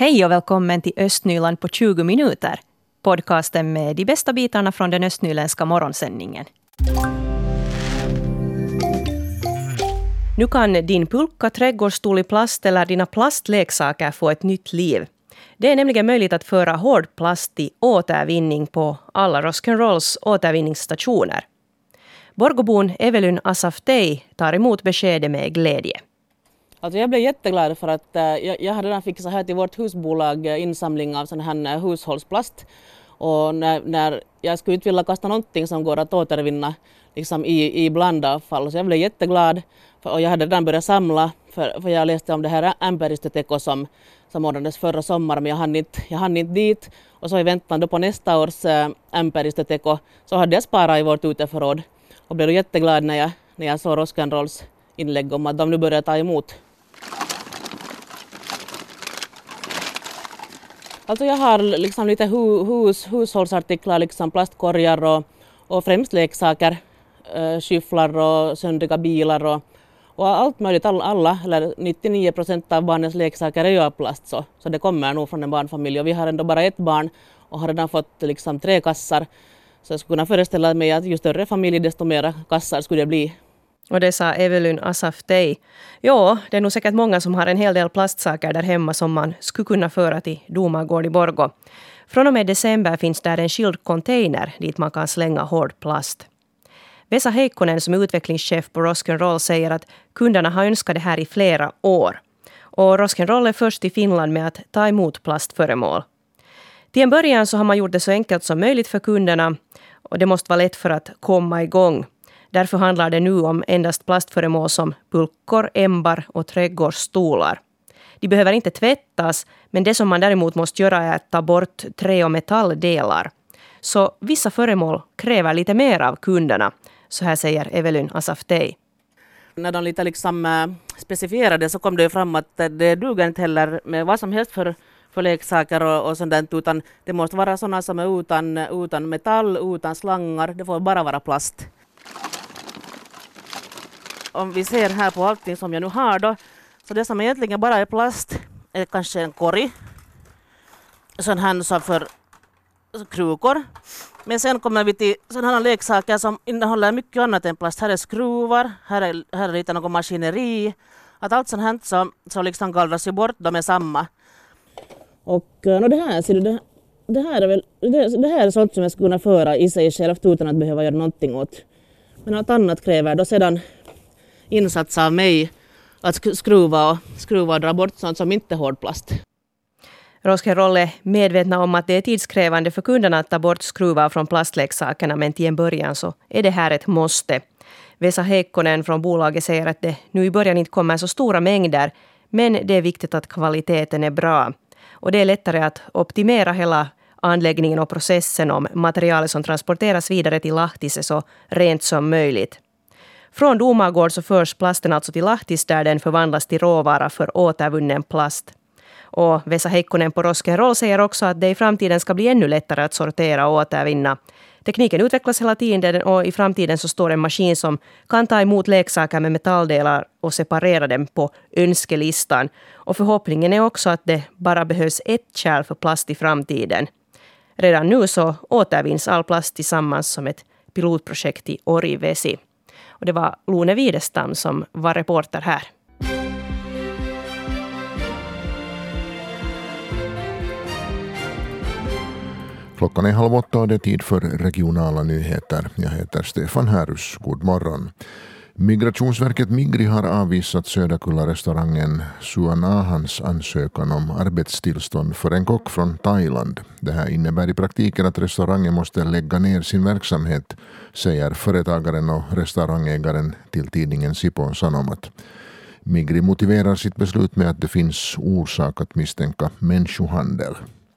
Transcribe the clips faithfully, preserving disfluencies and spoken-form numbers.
Hej och välkommen till Östnyland på tjugo minuter. Podcasten med de bästa bitarna från den östnyländska morgonsändningen. Nu kan din pulka, trädgårdsstol i plast eller dina plastleksaker få ett nytt liv. Det är nämligen möjligt att föra hård plast till återvinning på alla Rosk'n'Rolls återvinningsstationer. Borgobon Evelyn Asaftey tar emot beskedet med glädje. Alltså jag blev jätteglad för att äh, jag, jag hade redan fixat här till vårt husbolag äh, insamling av sån här äh, hushållsplast. Och när, när jag skulle inte vilja kasta någonting som går att återvinna liksom i, i blandavfall. Så jag blev jätteglad för, och jag hade redan börjat samla för, för jag läste om det här ämpäristöteko som, som ordnades förra sommaren, men jag hann inte, jag hann inte dit. Och så i väntan då på nästa års äh, ämpäristöteko så hade jag sparat i vårt uteförråd. Och blev jätteglad när jag, när jag såg Rosk'n'Rolls inlägg om att de nu börjar ta emot. Alltså jag har liksom lite hu, hus, hushållsartiklar, liksom plastkorgar och, och främst leksaker, äh, skyfflar och söndriga bilar och, och allt möjligt. All, alla, eller nittionio procent av barnens leksaker är ju av plast, så, så det kommer nog från en barnfamilj. Och vi har ändå bara ett barn och har redan fått liksom tre kassar. Så jag skulle kunna föreställa mig att ju större familj desto mer kassar skulle det bli. Och det sa Evelyn Asaftey. Ja, det är nog säkert många som har en hel del plastsaker där hemma som man skulle kunna föra till Domargård i Borgå. Från och med december finns där en skild container dit man kan slänga hård plast. Vesa Heikkonen som är utvecklingschef på Rosk'n'Roll säger att kunderna har önskat det här i flera år. Och Rosk'n'Roll är först i Finland med att ta emot plastföremål. Till en början så har man gjort det så enkelt som möjligt för kunderna och det måste vara lätt för att komma igång. Därför handlar det nu om endast plastföremål som pulkor, ämbar och trädgårdsstolar. De behöver inte tvättas, men det som man däremot måste göra är att ta bort trä- och metalldelar. Så vissa föremål kräver lite mer av kunderna, så här säger Evelyn Asaftey. När de lite liksom äh, specifierade så kom det fram att det duger inte heller med vad som helst för, för leksaker och, och sånt där, utan det måste vara sådana som är utan, utan metall, utan slangar, det får bara vara plast. Om vi ser här på allting som jag nu har då, så det som egentligen bara är plast är kanske en korg, sån här som för krukor. Men sen kommer vi till sådana här leksaker som innehåller mycket annat än plast. Här är skruvar, här är, här är lite något maskineri. Att allt sånt här som, som liksom gallras ju bort, de är samma. Och no, det här ser du, det, det här är väl det, det här är sånt som jag skulle kunna föra i sig självt utan att behöva göra någonting åt. Men något annat kräver då sedan insats av mig att skruva och, skruva och dra bort sånt som inte är hård plast. Rosk'n'Roll är medvetna om att det är tidskrävande för kunderna att ta bort skruvar från plastleksakerna, men till en början så är det här ett måste. Vesa Heikkonen från bolaget säger att det nu i början inte kommer så stora mängder, men det är viktigt att kvaliteten är bra. Och det är lättare att optimera hela anläggningen och processen om materialet som transporteras vidare till Lahtis är så rent som möjligt. Från Domargård så förs plasten alltså till Lahtis där den förvandlas till råvara för återvunnen plast. Och Vesa Heikkonen på Rosk'n'Roll säger också att det i framtiden ska bli ännu lättare att sortera och återvinna. Tekniken utvecklas hela tiden och i framtiden så står en maskin som kan ta emot leksaker med metalldelar och separera dem på önskelistan. Och förhoppningen är också att det bara behövs ett kärl för plast i framtiden. Redan nu så återvinns all plast tillsammans som ett pilotprojekt i Orivesi. Och det var Lone Widestam som var reporter här. Klockan är halv åtta och det är tid för regionala nyheter. Jag heter Stefan Härus. God morgon. Migrationsverket Migri har avvisat Söderkulla-restaurangen Suanahans ansökan om arbetstillstånd för en kock från Thailand. Det här innebär i praktiken att restaurangen måste lägga ner sin verksamhet, säger företagaren och restaurangägaren till tidningen Sipon Sanomat. Migri motiverar sitt beslut med att det finns orsak att misstänka människohandel.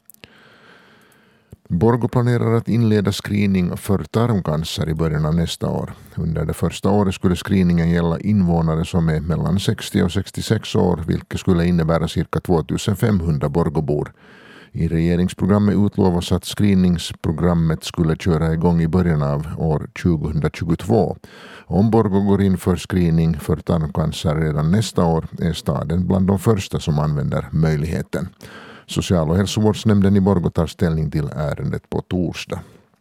Borgå planerar att inleda screening för tarmcancer i början av nästa år. Under det första året skulle screeningen gälla invånare som är mellan sextio och sextiosex år, vilket skulle innebära cirka tvåtusenfemhundra Borgåbor. I regeringsprogrammet utlovas att screeningsprogrammet skulle köra igång i början av år tjugohundratjugotvå. Om Borgå går in för screening för tarmcancer redan nästa år är staden bland de första som använder möjligheten. Social- och hälsovårdsnämnden i Borgå tar ställning till ärendet på torsdag.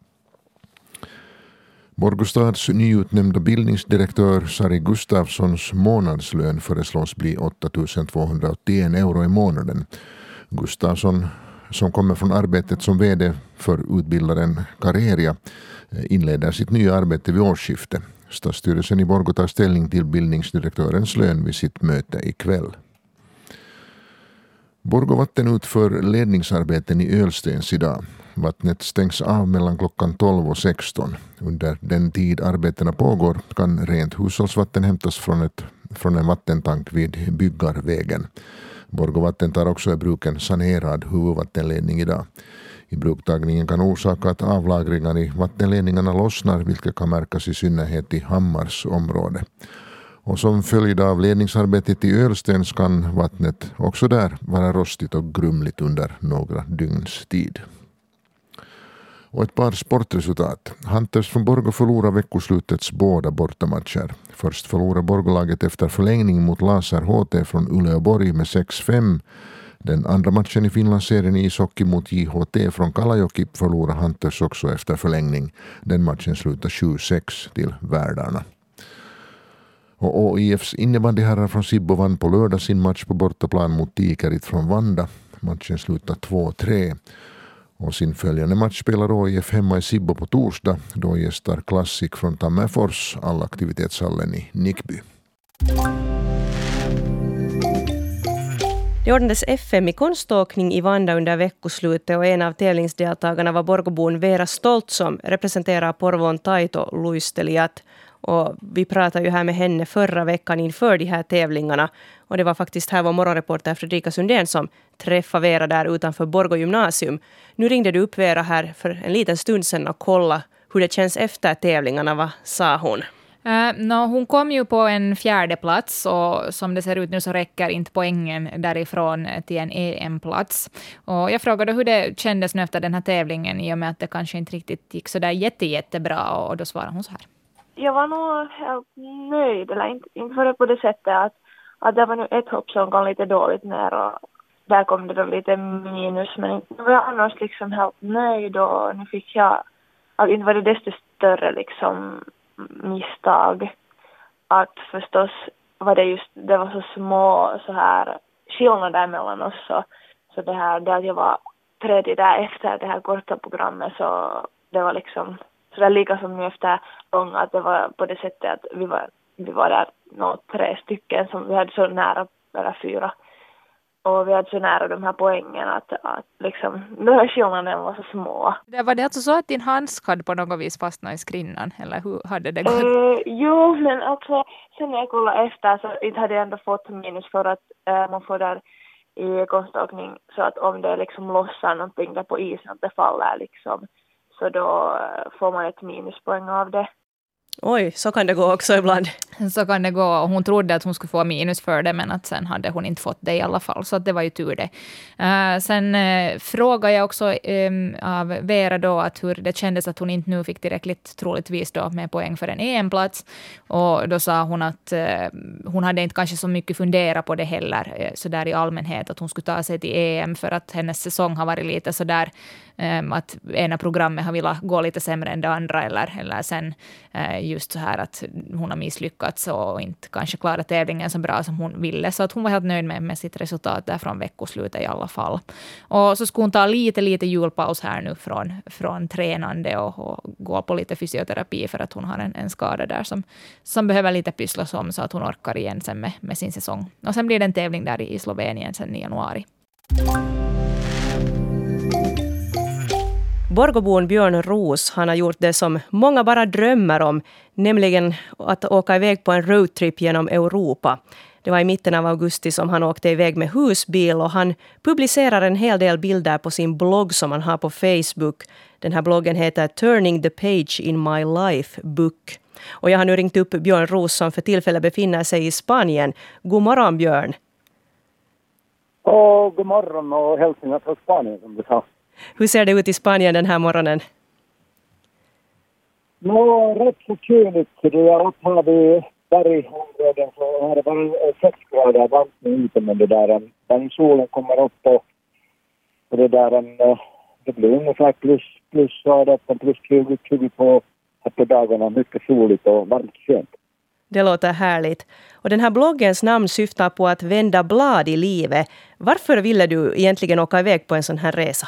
Borgostads nyutnämnda bildningsdirektör Sari Gustafssons månadslön föreslås bli åtta tusen tvåhundraåttioen euro i månaden. Gustafsson, som kommer från arbetet som vd för utbildaren Careria, inleder sitt nya arbete vid årsskiftet. Stadsstyrelsen i Borgå tar ställning till bildningsdirektörens lön vid sitt möte ikväll. Borgå Vatten utför ledningsarbeten i Ölstens idag. Vattnet stängs av mellan klockan tolv och sexton. Under den tid arbetena pågår kan rent hushållsvatten hämtas från, ett, från en vattentank vid Byggarvägen. Borgå Vatten tar också i bruk en sanerad huvudvattenledning idag. I bruktagningen kan orsaka att avlagringar i vattenledningarna lossnar, vilket kan märkas i synnerhet i Hammars område. Och som följd av ledningsarbetet i Ölstens kan vattnet också där vara rostigt och grumligt under några dygns tid. Och ett par sportresultat. Hunters från Borgå förlorar veckoslutets båda bortamatcher. Först förlorar Borgålaget efter förlängning mot Laser H T från Uleåborg med sex fem. Den andra matchen i Finlandsserien i ishockey mot J H T från Kalajoki förlorar Hunters också efter förlängning. Den matchen slutar sju sex till värdarna. Och Å I F:s innebandyherrar från Sibbo vann på lördag sin match på bortaplan mot Tikerit från Vanda. Matchen slutar två tre. Och sin följande match spelar Å I F hemma i Sibbo på torsdag, då gästar Classic från Tammerfors allaktivitetshallen i Nickby. Det ordnades F M i konståkning i Vanda under veckoslutet och en av tävlingsdeltagarna var Borgobon Vera Stolt som representerar Porvoon Taito luistelijat. Och vi pratade ju här med henne förra veckan inför de här tävlingarna. Och det var faktiskt här vår morgonreporter Fredrika Sundén som träffade Vera där utanför Borgå gymnasium. Nu ringde du upp Vera här för en liten stund sedan och kolla hur det känns efter tävlingarna. Vad sa hon? Uh, no, hon kom ju på en fjärde plats och som det ser ut nu så räcker inte poängen därifrån till en E M-plats. Och jag frågade hur det kändes nu efter den här tävlingen i och med att det kanske inte riktigt gick så där jätte, jättebra och då svarade hon så här. Jag var nog helt nöjd, eller inte, inte för det på det sättet att, att det var nu ett hopp som kom lite dåligt ner och där kom det då lite minus, men jag var annars liksom helt nöjd och nu fick jag, att inte var det desto större liksom misstag, att förstås var det just, det var så små så här skillnader mellan oss så, så det här, det att jag var tredje där efter det här korta programmet så det var liksom så det är lika som nu efter långa att det var på det sättet att vi var, vi var där nå, tre stycken som vi hade så nära, eller fyra. Och vi hade så nära de här poängen att, att liksom, de här skillnaderna var så små. Det var det alltså så att din handsk hade på något vis fastnat i skrinnan? Eller hur hade det gått? Uh, jo, men alltså sen när jag kollade efter så inte hade jag ändå fått minus för att uh, man får där i konståkning så att om det liksom lossar någonting där på isen att det faller liksom. Så då får man ett minuspoäng av det. Oj, så kan det gå också ibland. Så kan det gå. Hon trodde att hon skulle få minus för det, men att sen hade hon inte fått det i alla fall. Så att det var ju tur det. Uh, sen uh, frågade jag också um, av Vera då att hur det kändes att hon inte nu fick tillräckligt troligtvis då med poäng för en E M-plats. Och då sa hon att uh, hon hade inte kanske så mycket fundera på det heller uh, så där i allmänhet att hon skulle ta sig till E M för att hennes säsong har varit lite så där um, att ena programmet har velat gå lite sämre än det andra eller, eller sen uh, just så här att hon har misslyckats och inte kanske klarat tävlingen så bra som hon ville. Så att hon var helt nöjd med, med sitt resultat där från veckoslutet i alla fall. Och så skulle hon ta lite, lite julpaus här nu från, från tränande och, och gå på lite fysioterapi för att hon har en, en skada där som, som behöver lite pysslas om så att hon orkar igen sen med, med sin säsong. Och sen blir det en tävling där i Slovenien sen i januari. Borgobon Björn Roos, han har gjort det som många bara drömmer om, nämligen att åka iväg på en roadtrip genom Europa. Det var i mitten av augusti som han åkte iväg med husbil och han publicerar en hel del bilder på sin blogg som han har på Facebook. Den här bloggen heter Turning the Page in My Life Book. Och jag har nu ringt upp Björn Roos som för tillfället befinner sig i Spanien. God morgon Björn. Och god morgon och hälsningar från Spanien som du sa. Hur ser det ut i Spanien den här morgonen? Nå, rätt så kyligt. Det är att har vi bergområden så är det bara sex grader varmt ute men det där den solen kommer upp och Och det där en, det blir ungefär plus, plus arton, plus tjugo, tjugo på, på dagarna. Mycket soligt och varmt skönt. Det låter härligt. Och den här bloggens namn syftar på att vända blad i livet. Varför ville du egentligen åka iväg på en sån här resa?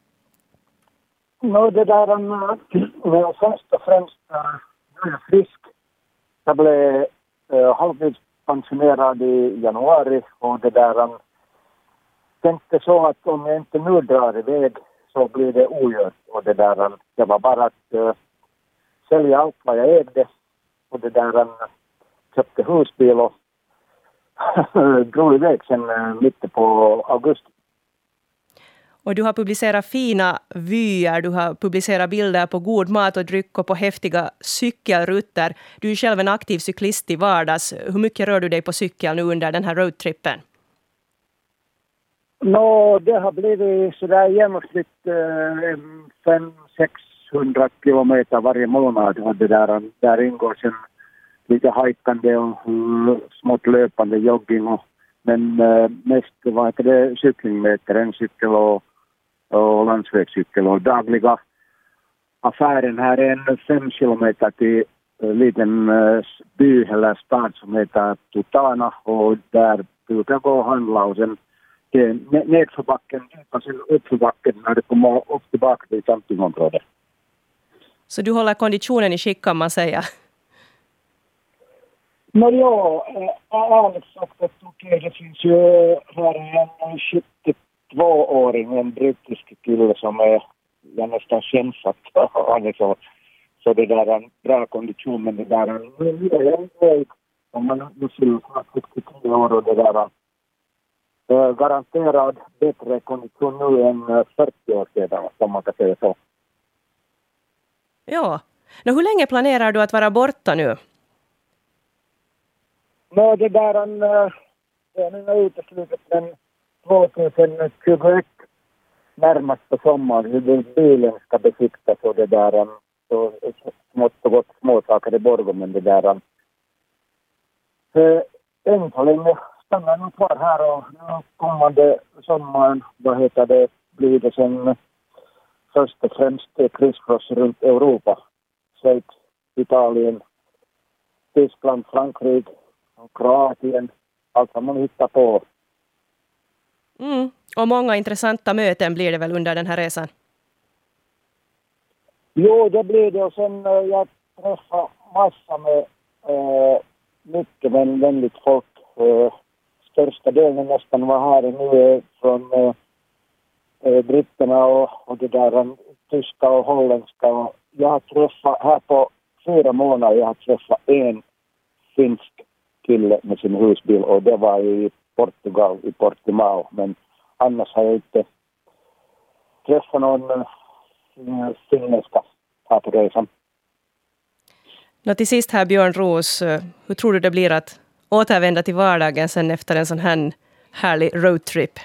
No, det där en, uh, först och främst uh, jag är frisk. Jag blev uh, halvtidspensionerad i januari och det där um, tänkte så att om jag inte nu drar iväg så blir det ogjort. Och det där um, det var bara att uh, sälja allt vad jag ägde och det där um, köpte husbil och drog iväg sen uh, mitt på augusti. Och du har publicerat fina vyer, du har publicerat bilder på god mat och dryck och på häftiga cykelrutter. Du är själv en aktiv cyklist i vardags. Hur mycket rör du dig på cykel nu under den här roadtrippen? Nå, det har blivit sådär genomsnitt eh, fem till sexhundra kilometer varje månad. Och det där, där ingår sen lite hajkande och uh, smått löpande jogging. Och, men uh, mest var det cykling med terrängcykel och och landsvägscykel och dagliga affären här är en fem kilometer till en liten uh, by eller stad som heter Tutana och där brukar jag gå och handla och sen nedför backen och sen uppför backen när det kommer upp tillbaka till campingområdet. Så du håller konditionen i skick kan man säga? Men ja, ärligt sagt att okej, det finns ju här en sjuttiotvååring, en brittisk kille som är jag nästan känns att han är så, så det där är en bra kondition, men det där är en väg om man vill ha sjuttiotre år och det där är garanterad bättre kondition nu än fyrtio år sedan, om man kan säga så. Ja, nu hur länge planerar du att vara borta nu? Nå, det där är en, en uteslutet men tjugohundratjugoett närmast på sommaren hur bilen ska besiktas och det där är så smått och gott småsaker i Borgå, men det där är än så länge stannar nog kvar här och kommande sommaren, vad heter det, blir det sen först och främst crisscross runt Europa. Schweiz, Italien, Tyskland, Frankrike, Kroatien, allt som man hittar på. Mm. Och många intressanta möten blir det väl under den här resan? Jo, det blir det. Och sen äh, jag träffar massa med äh, mycket vän, vänligt folk. Äh, största delen nästan var här nu från äh, britterna och, och det där tyska och holländska. Och jag har träffat här på fyra månader, jag har träffat en finsk kille med sin husbil och det var i Portugal, i Portimao. Men annars har jag inte träffat någon äh, finländska här på resan. Nå, till sist här Björn Roos, hur tror du det blir att återvända till vardagen sen efter en sån här härlig roadtrip?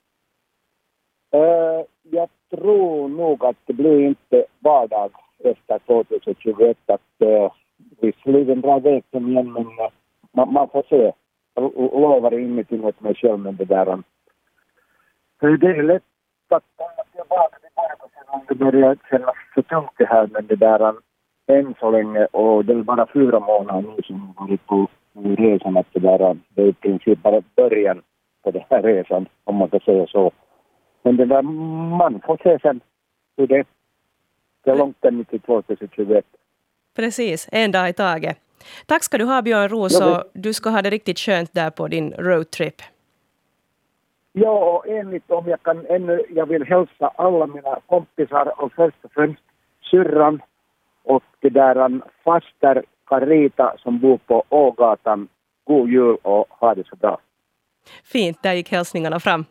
Uh, jag tror nog att det blir inte vardag efter tjugohundratjugoett att uh, visserligen drar väg som igen, men uh, man, man får se. Jag lovar ingenting åt mig själv med det där. För det är lätt att komma tillbaka till Borgå om det börjar kännas för tungt det här, men det där än så länge, och det är bara fyra månader nu som har varit på resan, att det där det är i princip bara början på den här resan, om man kan säga så. Men det där, man får se sen hur det är. Det är långt än till tjugohundratjugoett. Precis, en dag i taget. Tack ska du ha Björn Roos, och du ska ha det riktigt skönt där på din roadtrip. Ja, och enligt om jag kan ännu, jag vill hälsa alla mina kompisar och först och främst syrran och det där faster Carita som bor på Ågatan. God jul och ha det så bra. Fint, där gick hälsningarna fram.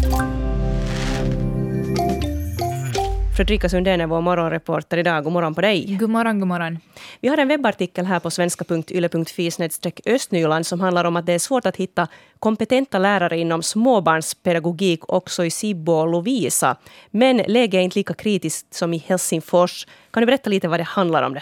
Fredrika Sundén är vår morgonreporter idag. God morgon på dig. God morgon, god morgon. Vi har en webbartikel här på svenska punkt yle punkt fi snedstreck östnyland som handlar om att det är svårt att hitta kompetenta lärare inom småbarnspedagogik också i Sibbo och Lovisa. Men läget är inte lika kritiskt som i Helsingfors. Kan du berätta lite vad det handlar om det här?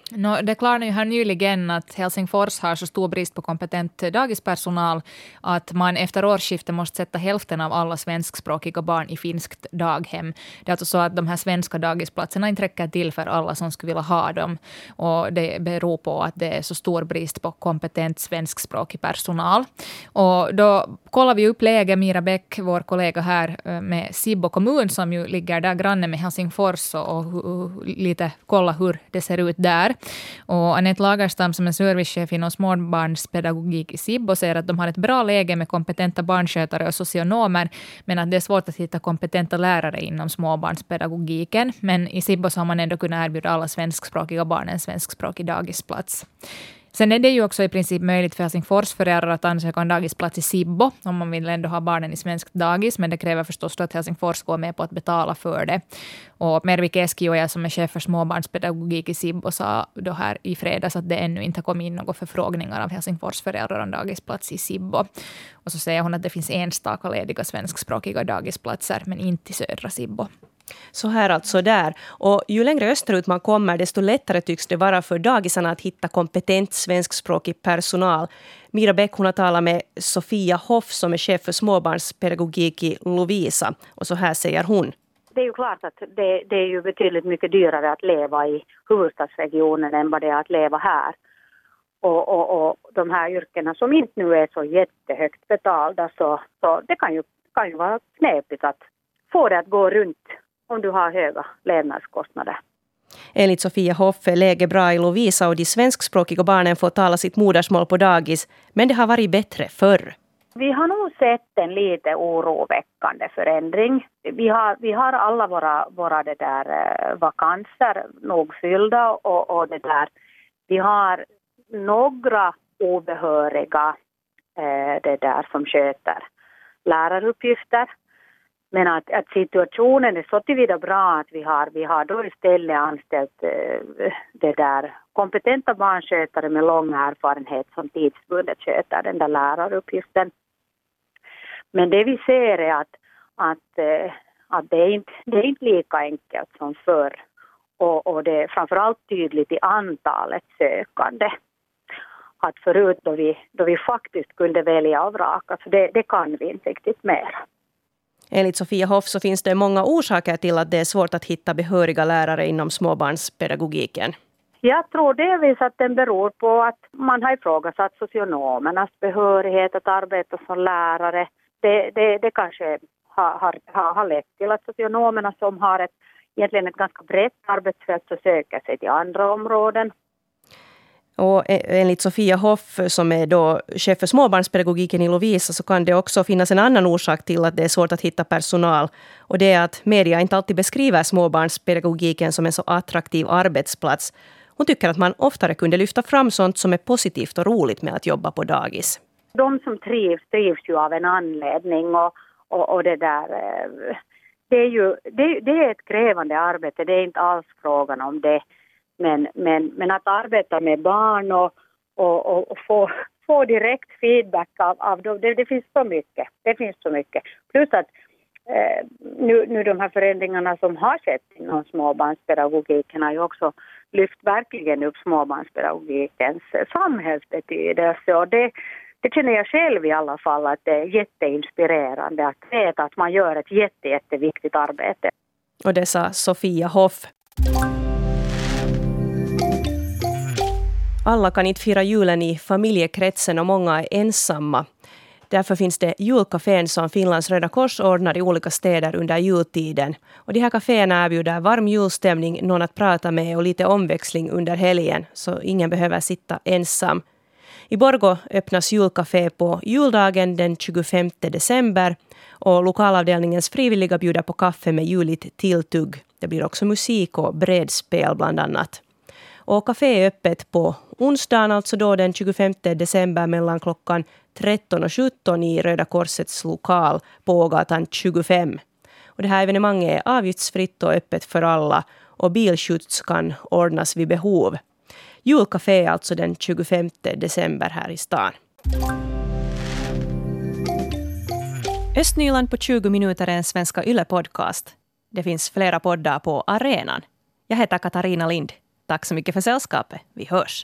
No, det klarade ju här nyligen att Helsingfors har så stor brist på kompetent dagispersonal att man efter årsskiftet måste sätta hälften av alla svenskspråkiga barn i finskt daghem. Det är alltså så att de här svenska dagisplatserna inte räcker till för alla som skulle vilja ha dem. Och det beror på att det är så stor brist på kompetent svenskspråkig personal. Och då kollar vi upp läget, Mira Bäck, vår kollega här, med Sibbo kommun som ju ligger där granne med Helsingfors och, och, och lite kolla hur det ser ut där. Och Anette Lagerstam som är servicechef inom småbarnspedagogik i Sibbo säger att de har ett bra läge med kompetenta barnskötare och socionomer, men att det är svårt att hitta kompetenta lärare inom småbarnspedagogiken. Men i Sibbo så har man ändå kunnat erbjuda alla svenskspråkiga barn en svenskspråkig dagisplats. Sen är det ju också i princip möjligt för Helsingfors föräldrar att ansöka om dagisplats i Sibbo om man vill ändå ha barnen i svenskt dagis, men det kräver förstås att Helsingfors går med på att betala för det. Och Mervi Keskioja som är chef för småbarnspedagogik i Sibbo sa då här i fredags att det ännu inte kom in några förfrågningar av Helsingfors föräldrar om dagisplats i Sibbo. Och så säger hon att det finns enstaka lediga svenskspråkiga dagisplatser men inte i södra Sibbo. Så här alltså där. Och ju längre österut man kommer desto lättare tycks det vara för dagisarna att hitta kompetent svenskspråkig personal. Mira Bäck hon har talat med Sofia Hoff som är chef för småbarnspedagogik i Lovisa. Och så här säger hon. Det är ju klart att det, det är ju betydligt mycket dyrare att leva i huvudstadsregionen än vad det är att leva här. Och, och, och de här yrkena som inte nu är så jättehögt betalda så, så det kan ju, kan ju vara knepigt att få det att gå runt om du har höga levnadskostnader. Enligt Sofia Hoff är läget bra i Lovisa och de svenskspråkiga barnen får tala sitt modersmål på dagis, men det har varit bättre förr. Vi har nog sett en lite oroväckande förändring. Vi har, vi har alla våra, våra det där, eh, vakanser nog fyllda och, och det där. Vi har några obehöriga eh, det där som sköter läraruppgifter. Men att, att situationen är så tillvida bra att vi har, vi har då istället anställt eh, det där kompetenta barnskötare med lång erfarenhet som tidsbundet sköter den där läraruppgiften. Men det vi ser är att, att, eh, att det, är inte, det är inte lika enkelt som förr. Och, och det är framförallt tydligt i antalet sökande. Att förut då vi, då vi faktiskt kunde välja av raka, så det, det kan vi inte riktigt mer. Enligt Sofia Hoff så finns det många orsaker till att det är svårt att hitta behöriga lärare inom småbarnspedagogiken. Jag tror delvis att den beror på att man har ifrågasatt socionomernas behörighet att arbeta som lärare. Det, det, det kanske har, har, har lett till att socionomerna som har ett, egentligen ett ganska brett arbetsfält så söker sig till andra områden. Och enligt Sofia Hoff som är då chef för småbarnspedagogiken i Lovisa så kan det också finnas en annan orsak till att det är svårt att hitta personal. Och det är att media inte alltid beskriver småbarnspedagogiken som en så attraktiv arbetsplats. Hon tycker att man oftare kunde lyfta fram sånt som är positivt och roligt med att jobba på dagis. De som trivs, trivs ju av en anledning och, och, och det där... Det är ju det, det är ett krävande arbete, det är inte alls frågan om det. Men, men, men att arbeta med barn och, och, och, och få, få direkt feedback av, av dem, det, det finns så mycket. Det finns så mycket. Plus att eh, nu, nu de här förändringarna som har skett inom småbarnspedagogiken har ju också lyft verkligen upp småbarnspedagogikens samhällsbetydelse. Och det, det känner jag själv i alla fall att det är jätteinspirerande att veta att man gör ett jätte, jätteviktigt arbete. Och det sa Sofia Hoff. Alla kan inte fira julen i familjekretsen och många är ensamma. Därför finns det julkafén som Finlands Röda Kors ordnar i olika städer under jultiden. Och de här kaféerna erbjuder varm julstämning, någon att prata med och lite omväxling under helgen så ingen behöver sitta ensam. I Borgå öppnas julkafé på juldagen den tjugofemte december och lokalavdelningens frivilliga bjuder på kaffe med juligt tilltugg. Det blir också musik och bredspel bland annat. Och kafé är öppet på onsdagen, alltså då den tjugofemte december mellan klockan tretton och sjutton i Röda Korsets lokal på Ågatan tjugofem. Och det här evenemanget är avgiftsfritt och öppet för alla och bilskjuts kan ordnas vid behov. Julkafé alltså den tjugofemte december här i stan. Östnyland på tjugo minuter är en svenska Yle-podcast. Det finns flera poddar på arenan. Jag heter Katarina Lind. Tack så mycket för sällskapet. Vi hörs.